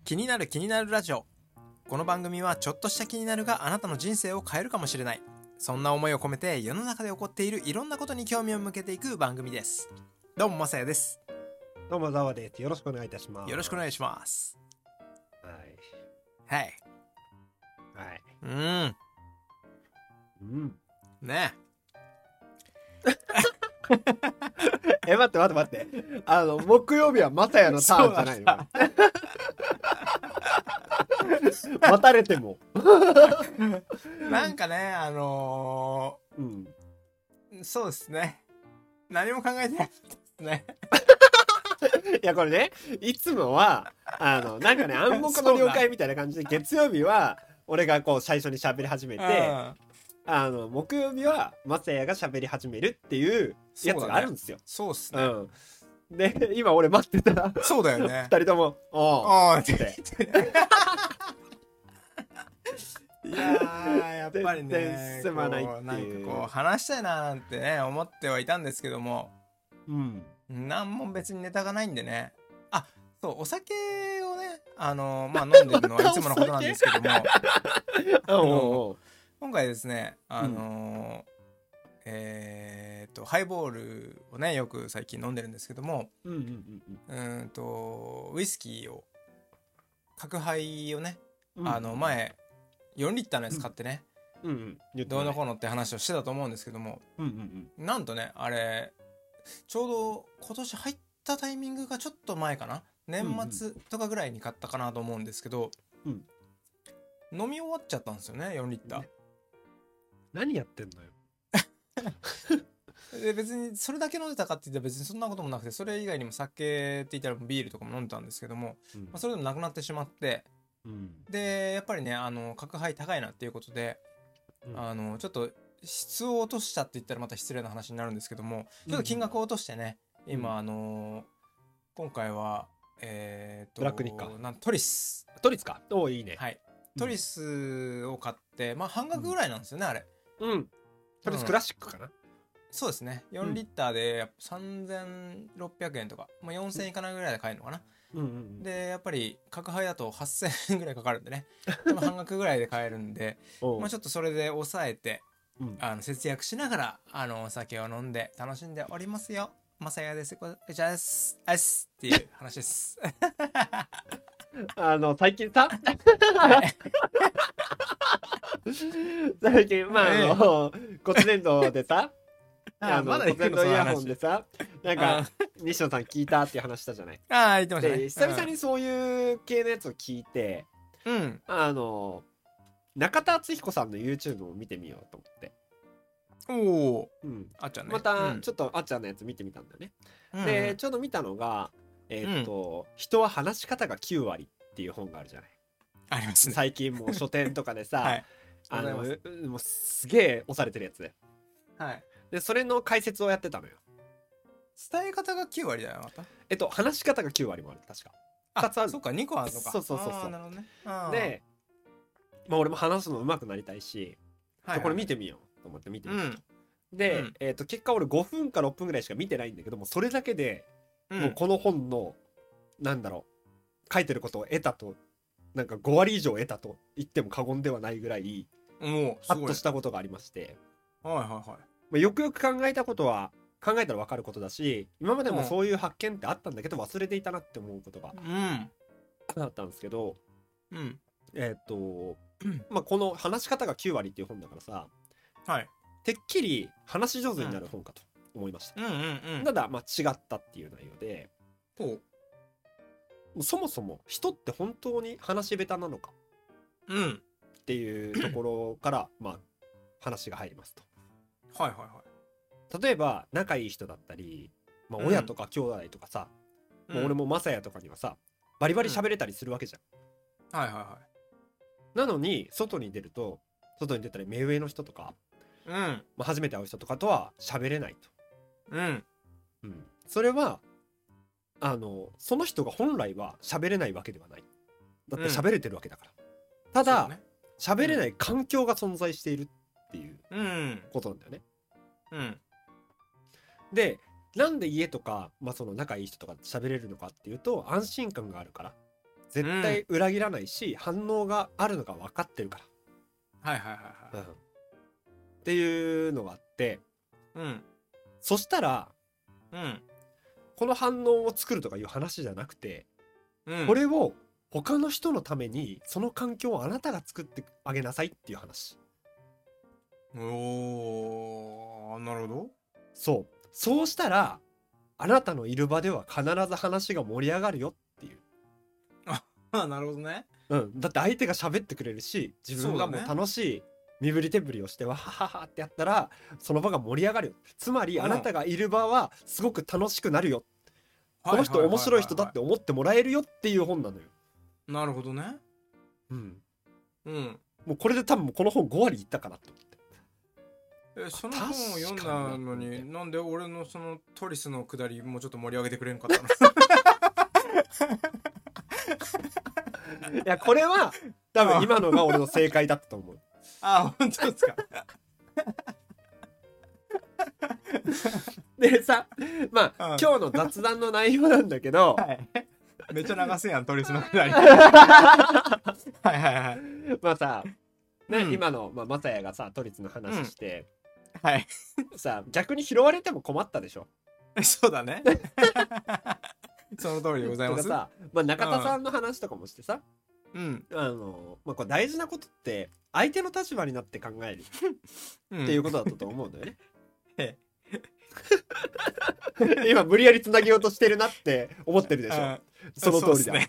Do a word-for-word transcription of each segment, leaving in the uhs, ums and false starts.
気になる気になるラジオ。この番組はちょっとした気になるがあなたの人生を変えるかもしれない、そんな思いを込めて世の中で起こっているいろんなことに興味を向けていく番組です。どうもまさやです。 どうもざわです。よろしくお願いいたします。 よろしくお願いします。 はいはいはい。 うーんうんねえ待って待って待って、あの木曜日はまさやのターンじゃないの？待たれてもなんかねあのー、うんそうですね、何も考えてないですね。 いやこれね、いつもはあのなんかね暗黙の了解みたいな感じで月曜日は俺がこう最初に喋り始めて、あの木曜日はまさやが喋り始めるっていうやつがあるんですよ。 そうっすね、 うんで今俺待ってたらそうだよねふたりとも「おあー」っていやーやっぱりね全然進まないっていう、 なんかこう話したいななんてね思ってはいたんですけども、 うんなんも別にネタがないんでね。あ、そうお酒をねあのまあ飲んでるのはいつものことなんですけどもあの今回ですねあの、うんえー、とハイボールをねよく最近飲んでるんですけども、うんうんうんとウイスキーを角杯をね、うん、あの前よんリッターのやつ買ってね、うんうんうん、どうのこうのって話をしてたと思うんですけども、うんうんうん、なんとねあれちょうど今年入ったタイミングがちょっと前かな、年末とかぐらいに買ったかなと思うんですけど、うんうん、飲み終わっちゃったんですよねよんリッター、ね、 何やってんのよで別にそれだけ飲んでたかって言ったら別にそんなこともなくて、それ以外にも酒って言ったらビールとかも飲んでたんですけども、うんまあ、それでもなくなってしまって、うん、でやっぱりねあの角杯高いなっていうことで、うん、あのちょっと質を落としたって言ったらまた失礼な話になるんですけども、ちょっと金額を落としてね、うん、今あのー、今回はえー、とブラックニッカーなんトリストリスかおいいね、 はい、トリスを買ってまあ半額ぐらいなんですよね、うん、あれうんトリスクラシックかな、うん、 そうですねよんリッターでさんぜんろっぴゃくえんとか、まあ、よんせんえんいかないぐらいで買えるのかな、うんうんうん、でやっぱり角杯だとはっせんえんぐらいかかるんでねでも半額ぐらいで買えるんでまあちょっとそれで抑えて、うん、あの節約しながらあのお酒を飲んで楽しんでおりますよ。まさやです。こちらです。アイスっていう話です。 あの最近さ、はい、最近まあ、ええ、あの骨伝導でさあの骨伝導イヤホンでさなんか西野さん聞いたっていう話したじゃない。 ああ言ってましたね。 で久々にそういう系のやつを聞いて、うん、あの中田敦彦さんの YouTube を見てみようと思って。 おお、うん、あっちゃんね。 またちょっとあっちゃんのやつ見てみたんだよね。うん、でちょうど見たのがえー、っと、うん、人は話し方がきゅうわりっていう本があるじゃない。 ありますね。 最近もう書店とかでさ、はい、あのもうすげえ押されてるやつで。はい。でそれの解説をやってたのよ。 伝え方がきゅうわりだよまた。 えっと話し方がきゅうわりもある確か。 ふたつある。そっかにこあるのか。 そうそうそうそう。 なるほどね。 で、まあ俺も話すの上手くなりたいし、はいはい、これ見てみようと思って見てみた。うん、で、うん、えっと結果俺ごふんかろっぷんぐらいしか見てないんだけども、それだけで、うん、もうこの本のなんだろう書いてることを得たとなんかごわり以上得たと言っても過言ではないぐらいもうハッとしたことがありまして、 はいはいはい。 まあ、よくよく考えたことは考えたら分かることだし、今までもそういう発見ってあったんだけど忘れていたなって思うことがあったんですけど、うん、えっと、まあ、この話し方がきゅうわりっていう本だからさ、はい、てっきり話し上手になる本かと思いました。ただまあ違ったっていう内容で、そもそも人って本当に話し下手なのか、うん、っていうところからまあ話が入りますと。はいはいはい。例えば仲いい人だったり、まあ、親とか兄弟とかさ、うん、もう俺もマサヤとかにはさバリバリ喋れたりするわけじゃん、うん、はいはいはい。なのに外に出ると外に出たり目上の人とか、うんまあ、初めて会う人とかとは喋れないと、うんうん、それはあのその人が本来は喋れないわけではない。だって喋れてるわけだから、うん、ただ喋、ね、れない環境が存在しているっていうことなんだよね、うん、でなんで家とか、まあ、その仲いい人とか喋れるのかっていうと安心感があるから絶対裏切らないし、うん、反応があるのが分かってるから。 はいはいはいはい、うん、 っていうのがあって、 うん、 そしたら、 うん、 この反応を作るとかいう話じゃなくて、 うん、 これを他の人のためにその環境をあなたが作ってあげなさいっていう話。 おー、なるほど。 そう。そうしたらあなたのいる場では必ず話が盛り上がるよっていう。 あ、なるほどね。 うん。だって相手が喋ってくれるし、自分がもう楽しい身振り手振りをしてわはははってやったらその場が盛り上がるよ。つまりあなたがいる場はすごく楽しくなるよ。この人面白い人だって思ってもらえるよっていう本なのよ。 なるほどね。 うん。 うん。 もうこれで多分この本ご割いったかなと思って。 え、その本を読んだのになんで俺のそのトリスのくだりもうちょっと盛り上げてくれんかったの？いやこれは多分今のが俺の正解だったと思う。 あ、本当ですか。 でさ、まあ、うん、今日の雑談の内容なんだけど、 はい、めっちゃ流すやんトリスのくだり。はいはいはい。 まあさ、ね、うん、今の、まあ、マサヤがさトリスの話して、 うん、はい、 さ逆に拾われても困ったでしょ。 そうだね。その通りでございます。 とかさ、まあ、中田さんの話とかもしてさ、 うん、 あのまあ、これ大事なことって相手の立場になって考えるっていうことだったと思うんだよね。今無理やりつなげようとしてるなって思ってるでしょ。その通りだ。ね、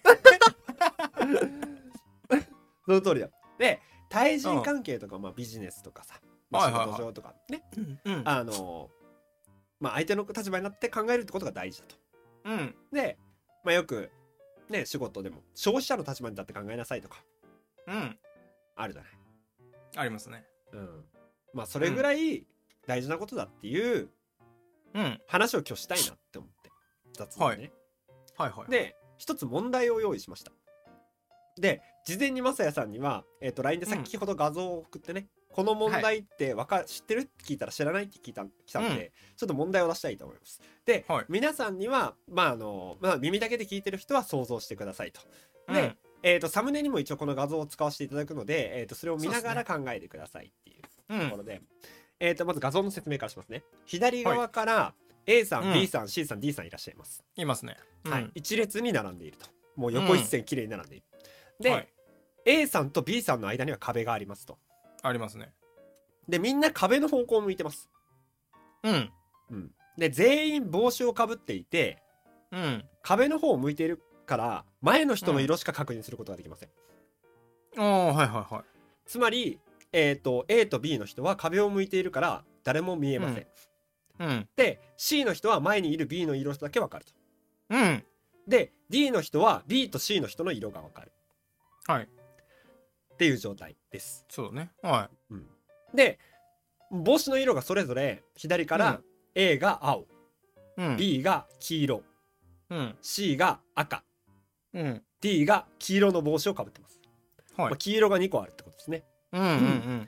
その通りだ。で対人関係とか、まあ、ビジネスとかさ、まあ、仕事上とかね、あのまあ相手の立場になって考えるってことが大事だと。 うん、 で、まあ、よくね仕事でも消費者の立場になって考えなさいとか、 うん、 あるじゃない。 ありますね。 うん、まあそれぐらい大事なことだっていう話を今日したいなって思って雑談ね、 はい、はいはい。 で一つ問題を用意しました。で事前にまさやさんには、えー、と ライン で先ほど画像を送ってね、うん、この問題ってわか、はい、知ってるって聞いたら知らないって聞いた来たんで、うん、ちょっと問題を出したいと思います。で、はい、皆さんにはまああの、まあ、耳だけで聞いてる人は想像してくださいと。で、うん、えー、とサムネにも一応この画像を使わせていただくので、えー、とそれを見ながら考えてくださいっていうところで、うん、えー、とまず画像の説明からしますね。左側から A さん、はい、B さん、C さん、D さんいらっしゃいます。 いますね、 うん、はい、一列に並んでいると。もう横一線きれいに並んでいる、うん、で、はい、A さんと B さんの間には壁がありますと。 ありますね。 でみんな壁の方向を向いてます。 うん、 うん、で全員帽子をかぶっていて、 うん、 壁の方を向いているから前の人の色しか確認することができません。 ああ、はいはいはい。 つまり、えーと A と B の人は壁を向いているから誰も見えません、 うんうん、で C の人は前にいる B の色だけ分かると、 うん、 で D の人は B と C の人の色が分かる、 はい、 っていう状態です。 そうね、はい、 うん、で帽子の色がそれぞれ左から A が青、うん、B が黄色、うん、C が赤、うん、D が黄色の帽子をかぶってます、はい、まあ、黄色がにこあるってことですね。 うんうんうん、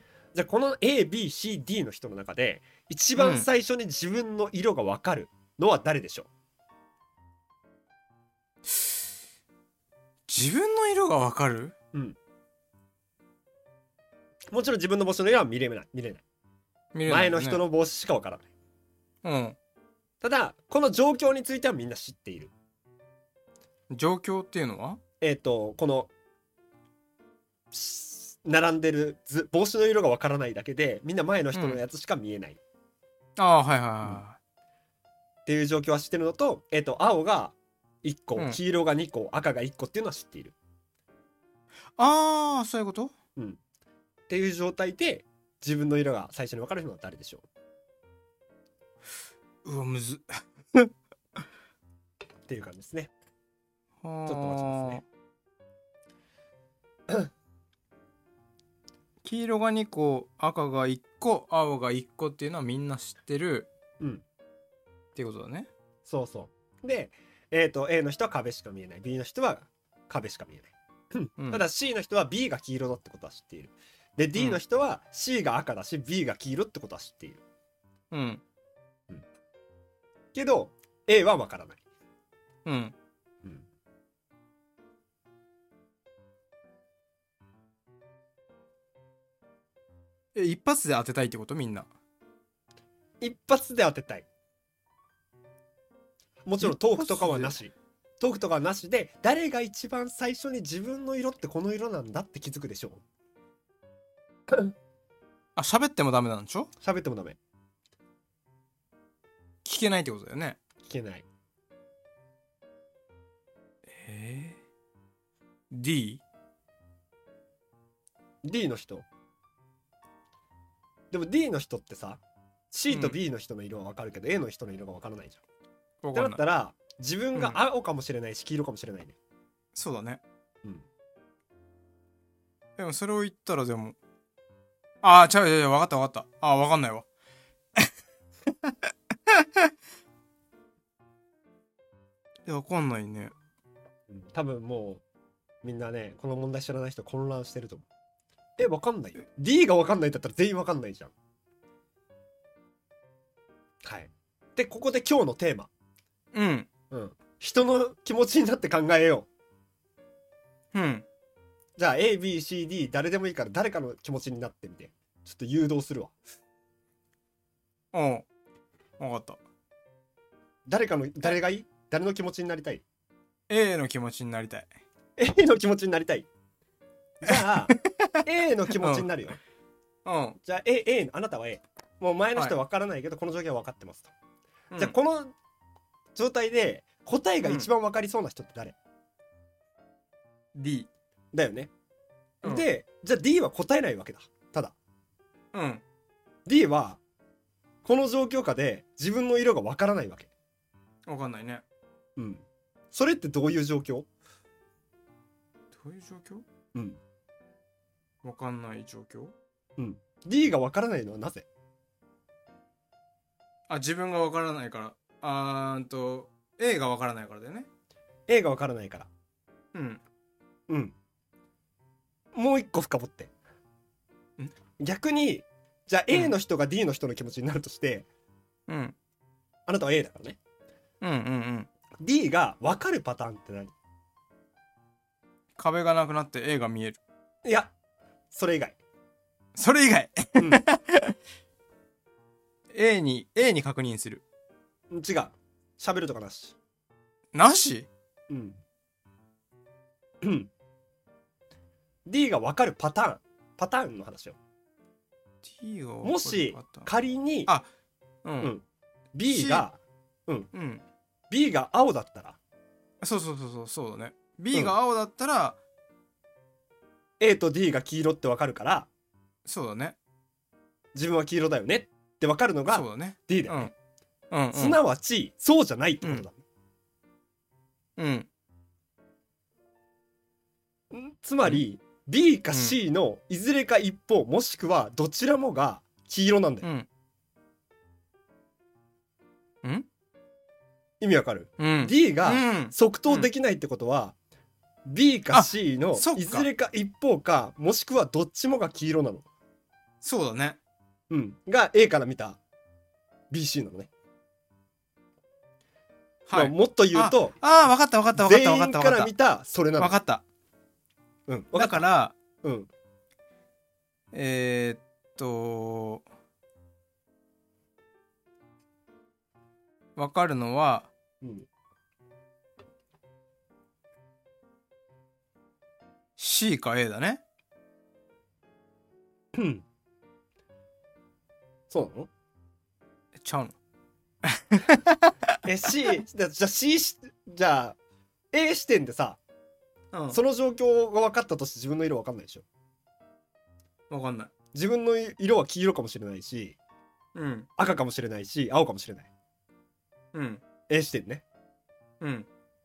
じゃあこの エービーシーディー の人の中で一番最初に自分の色が分かるのは誰でしょう？ 自分の色が分かる？ うん。もちろん自分の帽子の色は見れない見れない。見れないね、前の人の帽子しか分からない。 うん。 ただこの状況についてはみんな知っている。 状況っていうのは？ えっとこの並んでる図帽子の色が分からないだけでみんな前の人のやつしか見えない、 うん、ああはいはいはい、うん、 っていう状況は知ってるのと、えっと青がいっこ、うん、黄色がにこ赤がいっこっていうのは知っている。 ああそういうこと？ うん。っていう状態で自分の色が最初に分かるのは誰でしょう？うわむずっっていう感じですね。ちょっと待ちますね。 黄色がにこ赤がいっこ青がいっこっていうのはみんな知ってる、 うん、 っていうことだね。 そうそうで、えーと A の人は壁しか見えない、 B の人は壁しか見えない、うん、ただ C の人は B が黄色だってことは知っている。で D の人は C が赤だし B が黄色ってことは知っている。 うん、 うん、けど A は分からない。 うん、 うん、 え一発で当てたいってこと？みんな一発で当てたい。もちろんトークとかはなし。トークとかはなしで、誰が一番最初に自分の色ってこの色なんだって気づくでしょう。 あ、喋ってもダメなんでしょ？ 喋ってもダメ。 聞けないってことだよね。 聞けない。 えー、D？ D の人。でも D の人ってさ、C と B の人の色は分かるけど、うん、A の人の色が分からないじゃん。ってなったら自分が青かもしれないし、うん、黄色かもしれないね。 そうだね。 うん。 でもそれを言ったらでも、ああ、違う違う違う、分かった分かった。ああ、分かんないわ。いや、分かんないね。 うん、多分もうみんなね、この問題知らない人混乱してると思う。え、分かんないよ。D が分かんないんだったら全員分かんないじゃん。はい。で、ここで今日のテーマ。 うん。 うん。人の気持ちになって考えよう。うん。 じゃあ A、B、C、D 誰でもいいから誰かの気持ちになってみて。ちょっと誘導するわ。 うん。分かった。 誰かの、誰がいい？誰の気持ちになりたい？ A の気持ちになりたい。 A の気持ちになりたい。じゃあA の気持ちになるよ。 うん。 じゃあ A、A あなたは A。もう前の人は分からないけど、はい、この状況は分かってますと。うん、じゃあこの状態で答えが一番分かりそうな人って誰？ D だよね。うん、で、じゃあ D は答えないわけだ。ただ。 うん。 D はこの状況下で自分の色が分からないわけ。 分かんないね。 うん。それってどういう状況？ どういう状況？ うん。 分かんない状況？ うん。D が分からないのはなぜ？ あ、自分が分からないから。あーんと A が分からないからだよね。 A が分からないから。 うんうん。もう一個深掘って。ん逆にじゃあ A の人が D の人の気持ちになるとして、 うん、 あなたは A だからね。 うんうんうん。 D が分かるパターンって何？ 壁がなくなって A が見える。 いや、それ以外。 それ以外、うん、A に A に確認する。 違う。喋るとかなし。 なし？ うん。うん。D が分かるパターン。パターンの話を。 D が分かるパターン。 もし仮に、 あ、うん。 うん、B が、 うん、うん。 B が青だったら。 そうそうそうそうそうだね。B が青だったら、 うん、A と D が黄色って分かるから。 そうだね。 自分は黄色だよねって分かるのが D だよね。 うんうんうん、 すなわちそうじゃないってことだ。 うん。 うん、つまり、うん、B か C のいずれか一方、もしくはどちらもが黄色なんだよ。うん。 うん、 意味わかる？ うん、 D が即答できないってことは、うん、B か C のいずれか一方かもしくはどっちもが黄色なの。 そうだね。 うん。が A から見た ビーシー なのね。はい。まあ、もっと言うと、 ああ、分かった分かった分かった分かった。全員から見たそれなの。 分かった。 うん。 だから、 うん。 えー、っと、分かるのは、うん、C か A だね。 うん。そうなの？ ちゃうの？ え C じゃあ C じゃあ A 視点でさ、うん、その状況が分かったとして自分の色分かんないでしょ？ 分かんない。 自分の色は黄色かもしれないし、 うん、 赤かもしれないし青かもしれない。 うん、 A 視点ね。 うん。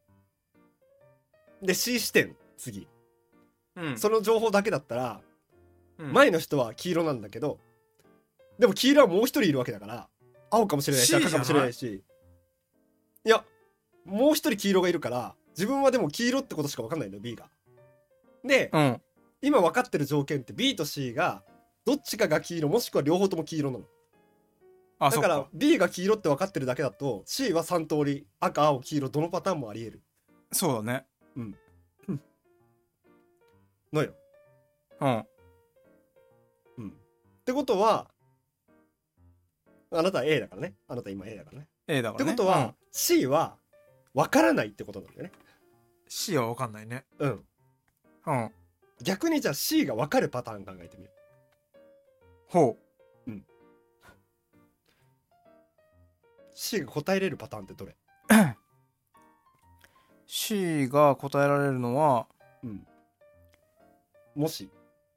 で C 視点次、 うん、 その情報だけだったら、うん、前の人は黄色なんだけど、でも黄色はもう一人いるわけだから青かもしれないし赤かもしれないし、いやもう一人黄色がいるから自分はでも黄色ってことしか分かんないのよ B が。で、うん、今分かってる条件って B と C がどっちかが黄色もしくは両方とも黄色なの。 あ、 だから B が黄色って分かってるだけだと C はさん通り赤青黄色どのパターンもありえる。 そうだね。 うん。のよ。 うん。 うん。 ってことはあなたは A だからね。あなた今 A だからね。 A だからね。 ってことは、 うん、 C は分からないってことなんだよね。 C は分かんないね。 うん。 うん。 逆にじゃあ C が分かるパターン考えてみる。 ほう。うん。C が答えれるパターンってどれ？ C が答えられるのは、 うん。もし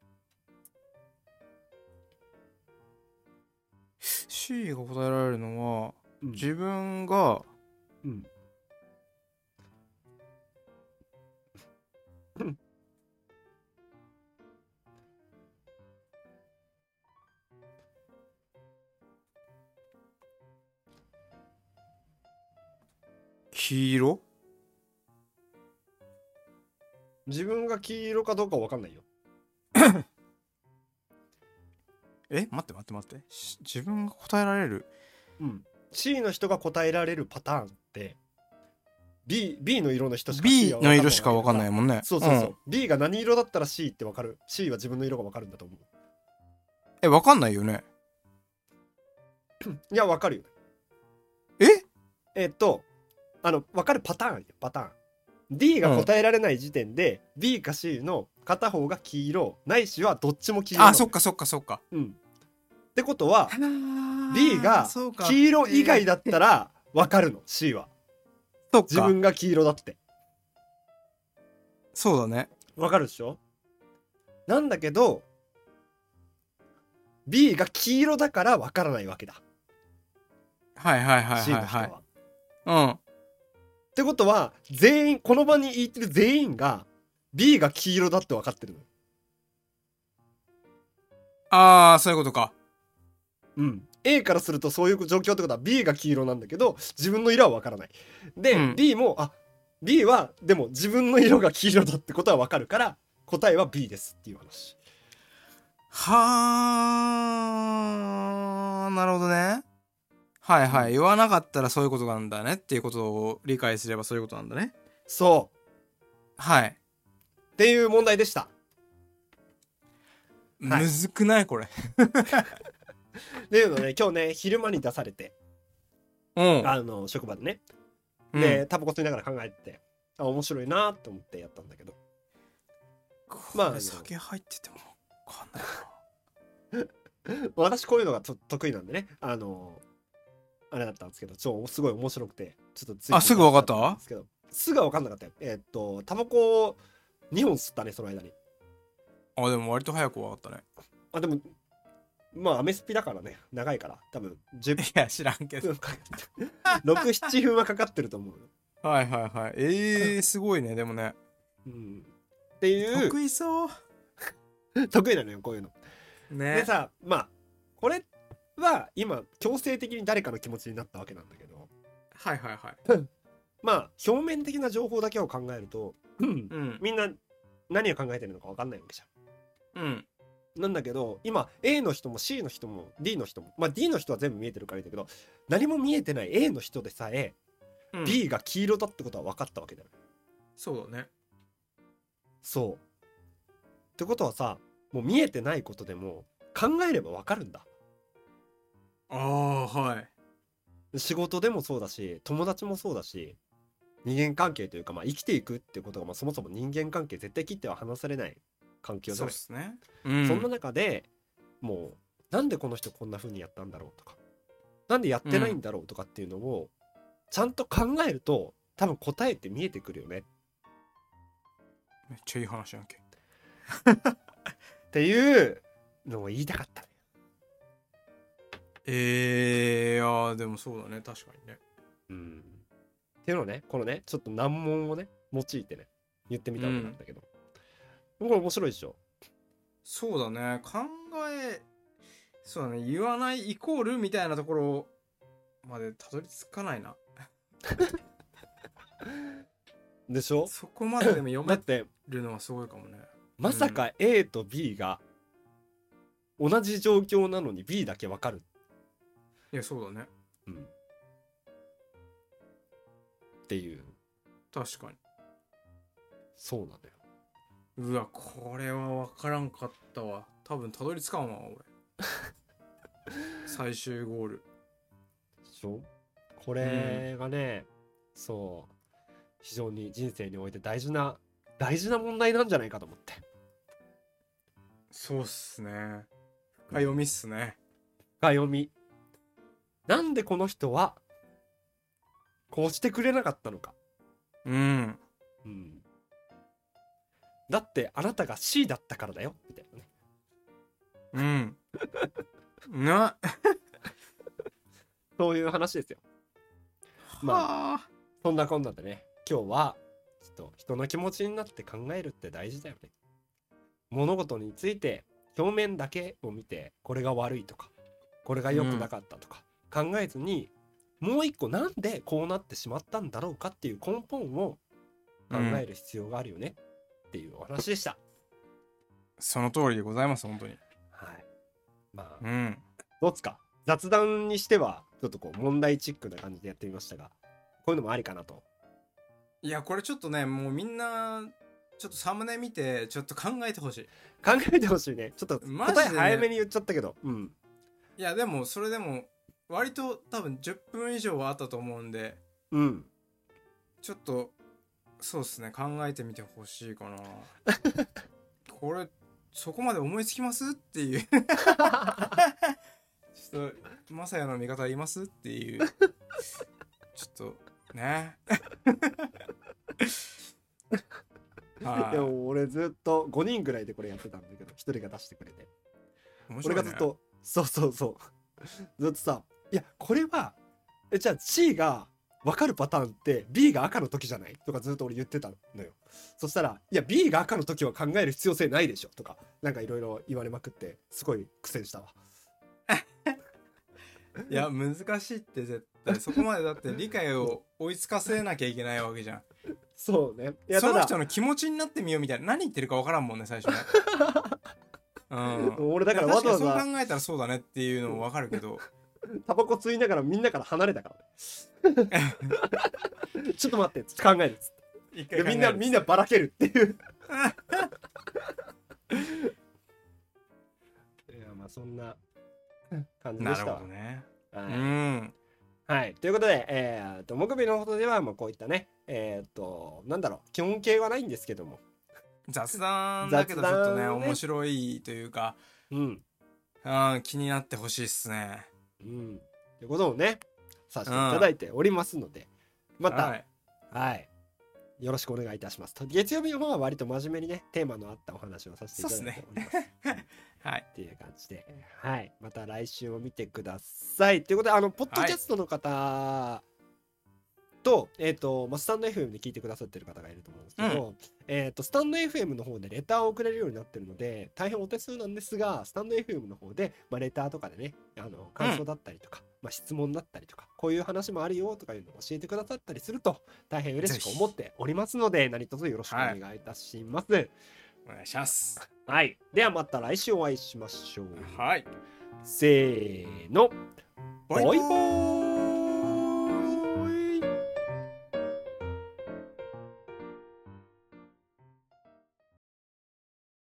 C が答えられるのは、うん、自分が、 うん。 黄色？ 自分が黄色かどうか分かんないよ。 え、待って待って待って。自分が答えられる。 うん。C の人が答えられるパターンって B, B の色の人しか C の色しか分かんないもんね。 そうそうそう、うん、B が何色だったら C って分かる。 C は自分の色が分かるんだと思う。 え、分かんないよね。 いや分かるよ。 ええっとあの分かるパターンよ。パターン D が答えられない時点で、うん、B か C の片方が黄色ないしはどっちも黄色なの。 あ、そっかそっかそっか。 うん。ってことは B が黄色以外だったら分かるの。 C はそっか、 自分が黄色だって。 そうだね。 分かるでしょ。なんだけど B が黄色だから分からないわけだ。 はいはいはいはいはい。C の人は。うん。 ってことは全員この場にいてる全員が B が黄色だって分かってるの。 ああ、そういうことか。 うん。A からするとそういう状況ってことは B が黄色なんだけど自分の色は分からない。で、うん、B もあ B はでも自分の色が黄色だってことは分かるから答えは B ですっていう話。 はあ、なるほどね。はいはい、うん、言わなかったらそういうことなんだねっていうことを理解すればそういうことなんだね。 そう。 はい。 っていう問題でした。 むずくないこれ。 っていうのね、今日ね昼間に出されて、うん、あの職場でね、で、うん、タバコ吸いながら考えてあ面白いなと思ってやったんだけど、 まあ酒入ってても分かんないな。 私こういうのが得意なんでね、あのあれだったんですけど、ちょすごい面白くてちょっとついあすぐ分かったんですけど、すぐは分かんなかったよ。えー、っとタバコをにほん吸ったねその間に。 あでも割と早く分かったね。 あでもまあアメスピだからね長いから多分じゅっぷん、いや知らんけどろく、ななふんはかかってると思う。 はいはいはい。えー、すごいねでもね。 うん。っていう得意そう得意なのよこういうの。 ね。 でさまあこれは今強制的に誰かの気持ちになったわけなんだけど。 はいはいはい。 まあ表面的な情報だけを考えると、うんうん、みんな何を考えてるのか分かんないわけじゃん。うん。なんだけど今 A の人も C の人も D の人もまあ D の人は全部見えてるからいいんだけど何も見えてない A の人でさえ、うん、B が黄色だってことは分かったわけだよ。 そうだね。 そうってことはさもう見えてないことでも考えれば分かるんだ。 ああはい。 仕事でもそうだし友達もそうだし人間関係というかまあ生きていくっていうことがまあそもそも人間関係絶対切っては離されない環境じゃない。 そうですね、 うん、そんな中でもうなんでこの人こんな風にやったんだろうとかなんでやってないんだろうとかっていうのをちゃんと考えると多分答えって見えてくるよね。 めっちゃいい話やんけっていうのを言いたかった。 えー、あでもそうだね確かにね。 うんっていうのをねこのねちょっと難問をね用いてね言ってみたわけなんだけど、うん、これ面白いでしょ。 そうだね考えそうだね言わないイコールみたいなところまでたどり着かないなでしょ。 そこまででも読めるのはすごいかもね。 まさか A と B が同じ状況なのに B だけ分かる。 いやそうだね。 うんっていう。 確かにそうなんだよ。 うわこれは分からんかったわ。多分たどり着かんわ俺最終ゴールでしょ。これがね、うん、そう非常に人生において大事な大事な問題なんじゃないかと思って。 そうっすね。深読みっすね。 深読み。なんでこの人はこうしてくれなかったのか。 うん、 うん、だってあなたが C だったからだよみたいなね。 うんなそういう話ですよ。まあそんなこんなでね、今日はちょっと人の気持ちになって考えるって大事だよね。物事について表面だけを見てこれが悪いとかこれが良くなかったとか考えずに、うん、もう一個なんでこうなってしまったんだろうかっていう根本を考える必要があるよねっていうお話でした。 うん、その通りでございます本当に。 はい。まあ、 うん、 どうですか、雑談にしてはちょっとこう問題チックな感じでやってみましたが、こういうのもありかなと。 いやこれちょっとね、もうみんなちょっとサムネ見てちょっと考えてほしい。 考えてほしいね。ちょっと答え早めに言っちゃったけど、うん。 いやでもそれでも割と多分じゅっぷん以上はあったと思うんで、 うん。 ちょっとそうですね、考えてみてほしいかな。これそこまで思いつきますっていう。ちょっとまさやの味方いますっていう。ちょっとね。 いや俺ずっとごにんぐらいでこれやってたんだけどひとりが出してくれて、面白いね、俺がずっとそうそうそうずっとさ、いやこれはえじゃあ C が分かるパターンって B が赤の時じゃないとかずっと俺言ってたのよ。そしたらいや B が赤の時は考える必要性ないでしょとかなんかいろいろ言われまくってすごい苦戦したわ。 いや難しいって絶対そこまでだって理解を追いつかせなきゃいけないわけじゃん。 そうね。 いやその人の気持ちになってみようみたいな、何言ってるか分からんもんね最初ね。うん、俺だからわざわざそう考えたらそうだねっていうのも分かるけどタバコ吸いながらみんなから離れたからね。ちょっと待って考えるっつってでみんなみんなばらけるっていう。いやまあそんな感じでした。なるほどね。はい、うんはい、ということで、えー、と木曜日のことではまあこういったねえっ、ー、となんだろう基本形はないんですけども雑談だけどちょっとね面白いというか、うん、あ気になってほしいっすね。 うん、ということをねさせていただいておりますので、うん、また、はい、はい、よろしくお願いいたします。と月曜日の方は割と真面目にねテーマのあったお話をさせていただいております。はい、っていう感じで、はい、また来週も見てください。ということで、あのポッドキャストの方、はい、と、えっ、ー、と、まあ、スタンド エフエム で聞いてくださってる方がいると思うんですけど、うん、えっ、ー、と、スタンド エフエム の方でレターを送れるようになってるので、大変お手数なんですが、スタンド エフエム の方で、まあ、レターとかでね、あの感想だったりとか、うん、まあ、質問だったりとか、こういう話もあるよとかいうのを教えてくださったりすると、大変嬉しく思っておりますので、何卒よろしくお願いいたします。はい、 お願いします。 はい。ではまた来週お会いしましょう。 はい。 せーの。バイバーイ。